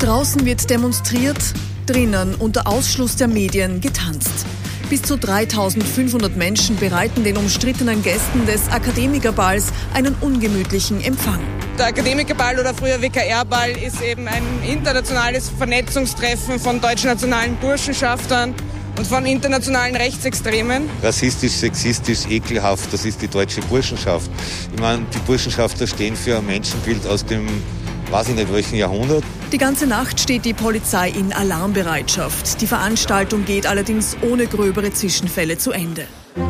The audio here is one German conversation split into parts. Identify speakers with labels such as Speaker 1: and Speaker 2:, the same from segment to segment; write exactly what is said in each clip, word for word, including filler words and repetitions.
Speaker 1: Draußen wird demonstriert, drinnen unter Ausschluss der Medien getanzt. Bis zu dreitausendfünfhundert Menschen bereiten den umstrittenen Gästen des Akademikerballs einen ungemütlichen Empfang.
Speaker 2: Der Akademikerball oder früher W K R-Ball ist eben ein internationales Vernetzungstreffen von deutschnationalen Burschenschaftern und von internationalen Rechtsextremen.
Speaker 3: Rassistisch, sexistisch, ekelhaft, das ist die deutsche Burschenschaft. Ich meine, die Burschenschafter stehen für ein Menschenbild aus dem, weiß ich nicht welchen Jahrhundert.
Speaker 1: Die ganze Nacht steht die Polizei in Alarmbereitschaft. Die Veranstaltung geht allerdings ohne gröbere Zwischenfälle zu Ende.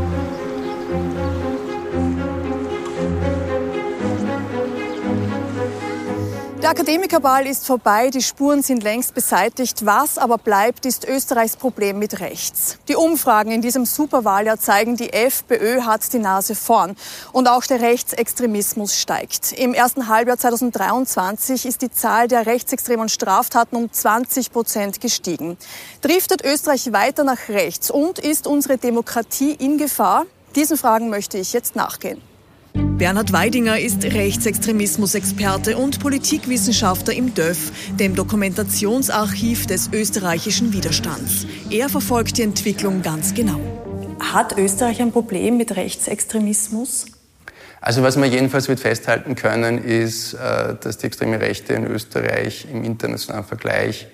Speaker 1: Der Akademikerball ist vorbei, die Spuren sind längst beseitigt. Was aber bleibt, ist Österreichs Problem mit rechts. Die Umfragen in diesem Superwahljahr zeigen, die FPÖ hat die Nase vorn. Und auch der Rechtsextremismus steigt. Im ersten Halbjahr zweitausenddreiundzwanzig ist die Zahl der rechtsextremen Straftaten um zwanzig Prozent gestiegen. Driftet Österreich weiter nach rechts und ist unsere Demokratie in Gefahr? Diesen Fragen möchte ich jetzt nachgehen. Bernhard Weidinger ist Rechtsextremismusexperte und Politikwissenschaftler im D Ö F, dem Dokumentationsarchiv des österreichischen Widerstands. Er verfolgt die Entwicklung ganz genau. Hat Österreich ein Problem mit Rechtsextremismus?
Speaker 4: Also was wir jedenfalls mit festhalten können, ist, dass die extreme Rechte in Österreich im internationalen Vergleich,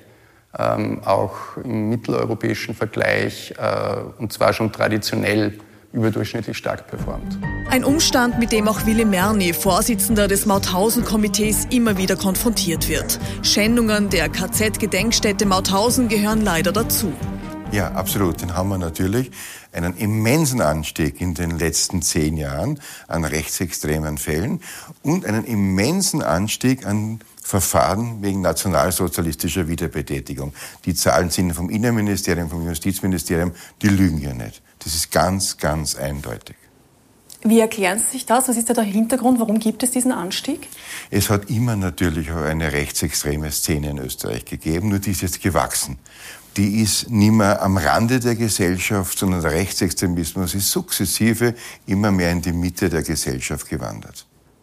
Speaker 4: auch im mitteleuropäischen Vergleich, und zwar schon traditionell, überdurchschnittlich stark performt.
Speaker 1: Ein Umstand, mit dem auch Willy Merny, Vorsitzender des Mauthausen-Komitees, immer wieder konfrontiert wird. Schändungen der K Z-Gedenkstätte Mauthausen gehören leider dazu.
Speaker 5: Ja, absolut. Den haben wir natürlich. Einen immensen Anstieg in den letzten zehn Jahren an rechtsextremen Fällen und einen immensen Anstieg an Verfahren wegen nationalsozialistischer Wiederbetätigung. Die Zahlen sind vom Innenministerium, vom Justizministerium, die lügen ja nicht. Das ist ganz, ganz eindeutig.
Speaker 1: Wie erklären Sie sich das? Was ist da der Hintergrund? Warum gibt es diesen Anstieg?
Speaker 5: Es hat immer natürlich auch eine rechtsextreme Szene in Österreich gegeben, nur die ist jetzt gewachsen. Die ist nicht mehr am Rande der Gesellschaft, sondern der Rechtsextremismus ist sukzessive immer mehr in die Mitte der Gesellschaft gewandert.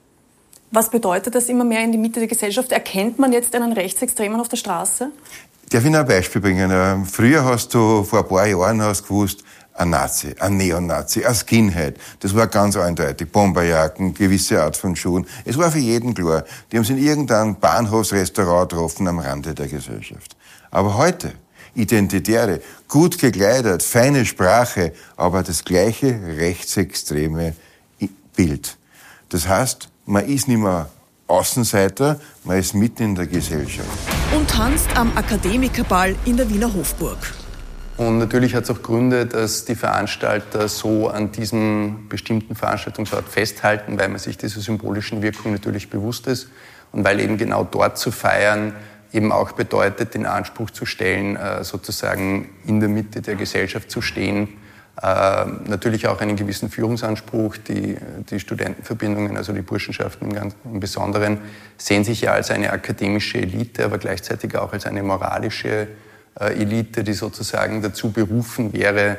Speaker 1: Was bedeutet das immer mehr in die Mitte der Gesellschaft? Erkennt man jetzt einen Rechtsextremen auf der Straße?
Speaker 5: Darf ich noch ein Beispiel bringen? Früher hast du, vor ein paar Jahren hast gewusst, ein Nazi, ein Neonazi, ein Skinhead. Das war ganz eindeutig. Bomberjacken, gewisse Art von Schuhen. Es war für jeden klar. Die haben sich in irgendeinem Bahnhofsrestaurant getroffen am Rande der Gesellschaft. Aber heute, Identitäre, gut gekleidet, feine Sprache, aber das gleiche rechtsextreme Bild. Das heißt, man ist nicht mehr Außenseiter, man ist mitten in der Gesellschaft.
Speaker 1: Und tanzt am Akademikerball in der Wiener Hofburg.
Speaker 4: Und natürlich hat es auch Gründe, dass die Veranstalter so an diesem bestimmten Veranstaltungsort festhalten, weil man sich dieser symbolischen Wirkung natürlich bewusst ist und weil eben genau dort zu feiern eben auch bedeutet, den Anspruch zu stellen, sozusagen in der Mitte der Gesellschaft zu stehen. Natürlich auch einen gewissen Führungsanspruch. Die, die Studentenverbindungen, also die Burschenschaften im, ganz, im Besonderen, sehen sich ja als eine akademische Elite, aber gleichzeitig auch als eine moralische Elite, die sozusagen dazu berufen wäre,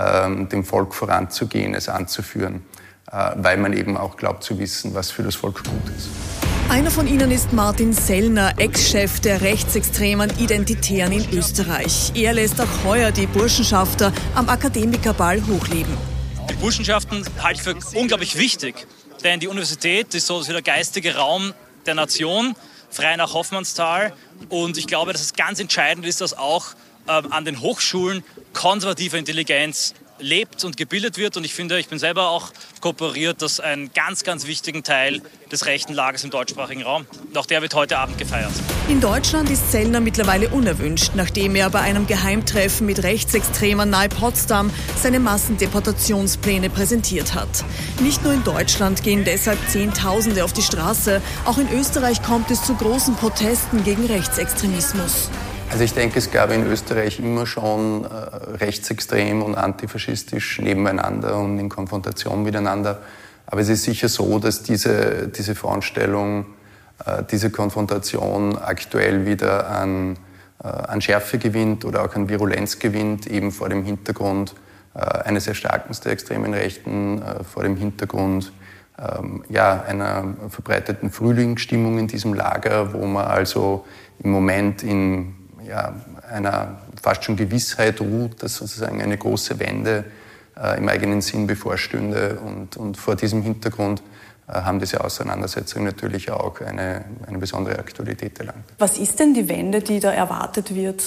Speaker 4: dem Volk voranzugehen, es anzuführen, weil man eben auch glaubt zu wissen, was für das Volk gut ist.
Speaker 1: Einer von ihnen ist Martin Sellner, Ex-Chef der rechtsextremen Identitären in Österreich. Er lässt auch heuer die Burschenschafter am Akademikerball hochleben.
Speaker 6: Die Burschenschaften halte ich für unglaublich wichtig, denn die Universität ist so der geistige Raum der Nation, frei nach Hoffmannsthal. Und ich glaube, dass es ganz entscheidend ist, dass auch ähm, an den Hochschulen konservative Intelligenz lebt und gebildet wird. Und ich finde, ich bin selber auch kooperiert, dass ein ganz, ganz wichtigen Teil des rechten Lagers im deutschsprachigen Raum. Und auch der wird heute Abend gefeiert.
Speaker 1: In Deutschland ist Sellner mittlerweile unerwünscht, nachdem er bei einem Geheimtreffen mit Rechtsextremen nahe Potsdam seine Massendeportationspläne präsentiert hat. Nicht nur in Deutschland gehen deshalb Zehntausende auf die Straße. Auch in Österreich kommt es zu großen Protesten gegen Rechtsextremismus.
Speaker 4: Also ich denke, es gab in Österreich immer schon äh, rechtsextrem und antifaschistisch nebeneinander und in Konfrontation miteinander. Aber es ist sicher so, dass diese, diese Veranstaltung, äh, diese Konfrontation aktuell wieder an, äh, an Schärfe gewinnt oder auch an Virulenz gewinnt, eben vor dem Hintergrund äh, eines Erstarkens der extremen Rechten, äh, vor dem Hintergrund ähm, ja, einer verbreiteten Frühlingsstimmung in diesem Lager, wo man also im Moment in ja, einer fast schon Gewissheit ruht, dass sozusagen eine große Wende äh, im eigenen Sinn bevorstünde. Und, und vor diesem Hintergrund äh, haben diese Auseinandersetzungen natürlich auch eine, eine besondere Aktualität erlangt.
Speaker 1: Was ist denn die Wende, die da erwartet wird?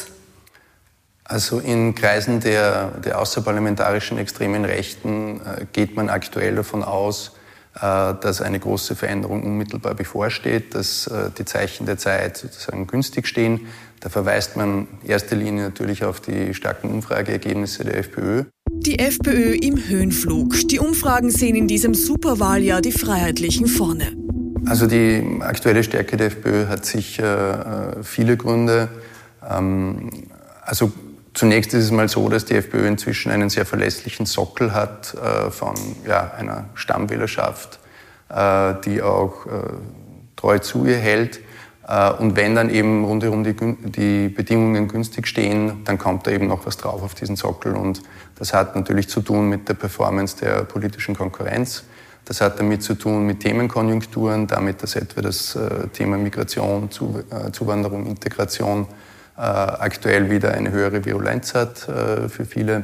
Speaker 4: Also in Kreisen der, der außerparlamentarischen extremen Rechten äh, geht man aktuell davon aus, äh, dass eine große Veränderung unmittelbar bevorsteht, dass äh, die Zeichen der Zeit sozusagen günstig stehen. Da verweist man in erster Linie natürlich auf die starken Umfrageergebnisse der FPÖ.
Speaker 1: Die FPÖ im Höhenflug. Die Umfragen sehen in diesem Superwahljahr die Freiheitlichen vorne.
Speaker 4: Also die aktuelle Stärke der FPÖ hat sicher äh, viele Gründe. Ähm, also Zunächst ist es mal so, dass die FPÖ inzwischen einen sehr verlässlichen Sockel hat äh, von ja, einer Stammwählerschaft, äh, die auch äh, treu zu ihr hält. Äh, und wenn dann eben rundherum die, die Bedingungen günstig stehen, dann kommt da eben noch was drauf auf diesen Sockel. Und das hat natürlich zu tun mit der Performance der politischen Konkurrenz. Das hat damit zu tun mit Themenkonjunkturen, damit, dass etwa das äh, Thema Migration, zu, äh, Zuwanderung, Integration Äh, aktuell wieder eine höhere Virulenz hat äh, für viele.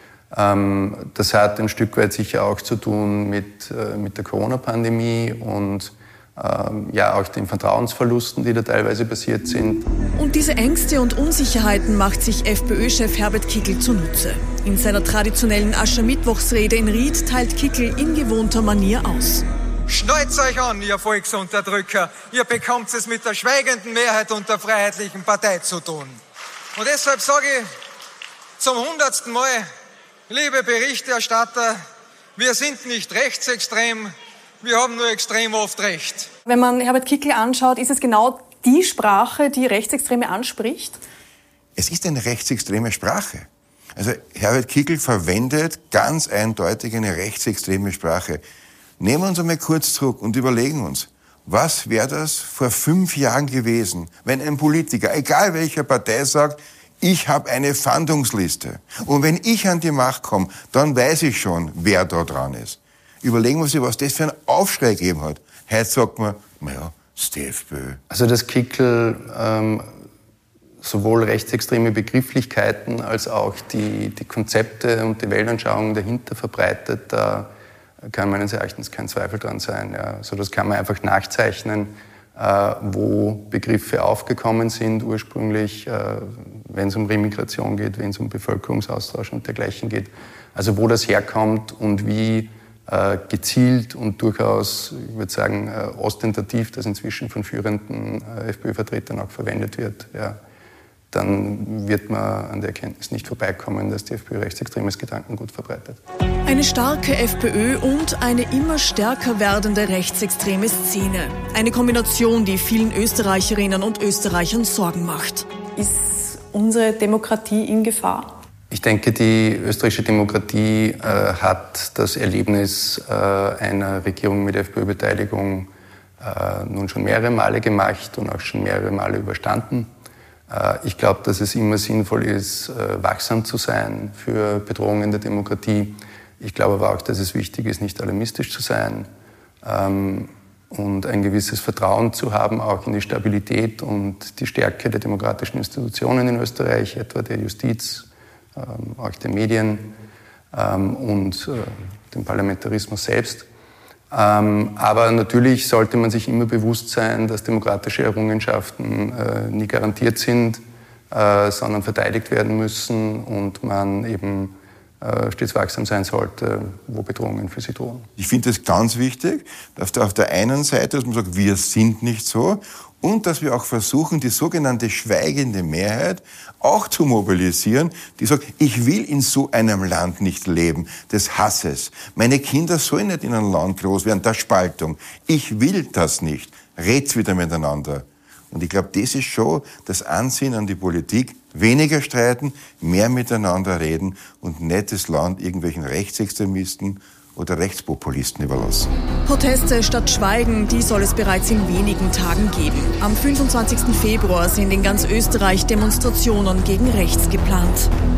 Speaker 4: Ähm, das hat ein Stück weit sicher auch zu tun mit, äh, mit der Corona-Pandemie und ähm, ja auch den Vertrauensverlusten, die da teilweise passiert sind.
Speaker 1: Und diese Ängste und Unsicherheiten macht sich FPÖ-Chef Herbert Kickl zunutze. In seiner traditionellen Aschermittwochsrede in Ried teilt Kickl in gewohnter Manier aus.
Speaker 7: Schnallt euch an, ihr Volksunterdrücker. Ihr bekommt es mit der schweigenden Mehrheit und der Freiheitlichen Partei zu tun. Und deshalb sage ich zum hundertsten Mal, liebe Berichterstatter, wir sind nicht rechtsextrem, wir haben nur extrem oft recht.
Speaker 1: Wenn man Herbert Kickl anschaut, ist es genau die Sprache, die Rechtsextreme anspricht?
Speaker 5: Es ist eine rechtsextreme Sprache. Also Herbert Kickl verwendet ganz eindeutig eine rechtsextreme Sprache. Nehmen wir uns einmal kurz zurück und überlegen uns, was wäre das vor fünf Jahren gewesen, wenn ein Politiker, egal welcher Partei, sagt, ich habe eine Fahndungsliste. Und wenn ich an die Macht komme, dann weiß ich schon, wer da dran ist. Überlegen wir uns, was das für einen Aufschrei gegeben hat. Heute sagt man, naja, das ist die FPÖ.
Speaker 4: Also dass Kickl ähm, sowohl rechtsextreme Begrifflichkeiten als auch die, die Konzepte und die Weltanschauungen dahinter verbreitet, da kann meines Erachtens kein Zweifel dran sein. Ja. Also das kann man einfach nachzeichnen, äh, wo Begriffe aufgekommen sind ursprünglich, äh, wenn es um Remigration geht, wenn es um Bevölkerungsaustausch und dergleichen geht. Also wo das herkommt und wie äh, gezielt und durchaus, ich würde sagen, äh, ostentativ das inzwischen von führenden äh, FPÖ-Vertretern auch verwendet wird. Ja. Dann wird man an der Erkenntnis nicht vorbeikommen, dass die FPÖ rechtsextremes Gedankengut verbreitet.
Speaker 1: Eine starke FPÖ und eine immer stärker werdende rechtsextreme Szene. Eine Kombination, die vielen Österreicherinnen und Österreichern Sorgen macht. Ist unsere Demokratie in Gefahr?
Speaker 4: Ich denke, die österreichische Demokratie äh, hat das Erlebnis äh, einer Regierung mit FPÖ-Beteiligung äh, nun schon mehrere Male gemacht und auch schon mehrere Male überstanden. Ich glaube, dass es immer sinnvoll ist, wachsam zu sein für Bedrohungen der Demokratie. Ich glaube aber auch, dass es wichtig ist, nicht alarmistisch zu sein und ein gewisses Vertrauen zu haben, auch in die Stabilität und die Stärke der demokratischen Institutionen in Österreich, etwa der Justiz, auch der Medien und dem Parlamentarismus selbst. Ähm, aber natürlich sollte man sich immer bewusst sein, dass demokratische Errungenschaften äh, nie garantiert sind, äh, sondern verteidigt werden müssen und man eben äh, stets wachsam sein sollte, wo Bedrohungen für sie drohen.
Speaker 5: Ich finde es ganz wichtig, dass da auf der einen Seite, dass man sagt, wir sind nicht so, und dass wir auch versuchen, die sogenannte schweigende Mehrheit auch zu mobilisieren, die sagt, ich will in so einem Land nicht leben, des Hasses. Meine Kinder sollen nicht in einem Land groß werden, der Spaltung. Ich will das nicht. Red's wieder miteinander. Und ich glaube, das ist schon das Ansinnen an die Politik. Weniger streiten, mehr miteinander reden und nicht das Land irgendwelchen Rechtsextremisten oder Rechtspopulisten überlassen.
Speaker 1: Proteste statt Schweigen, die soll es bereits in wenigen Tagen geben. Am fünfundzwanzigsten Februar sind in ganz Österreich Demonstrationen gegen rechts geplant.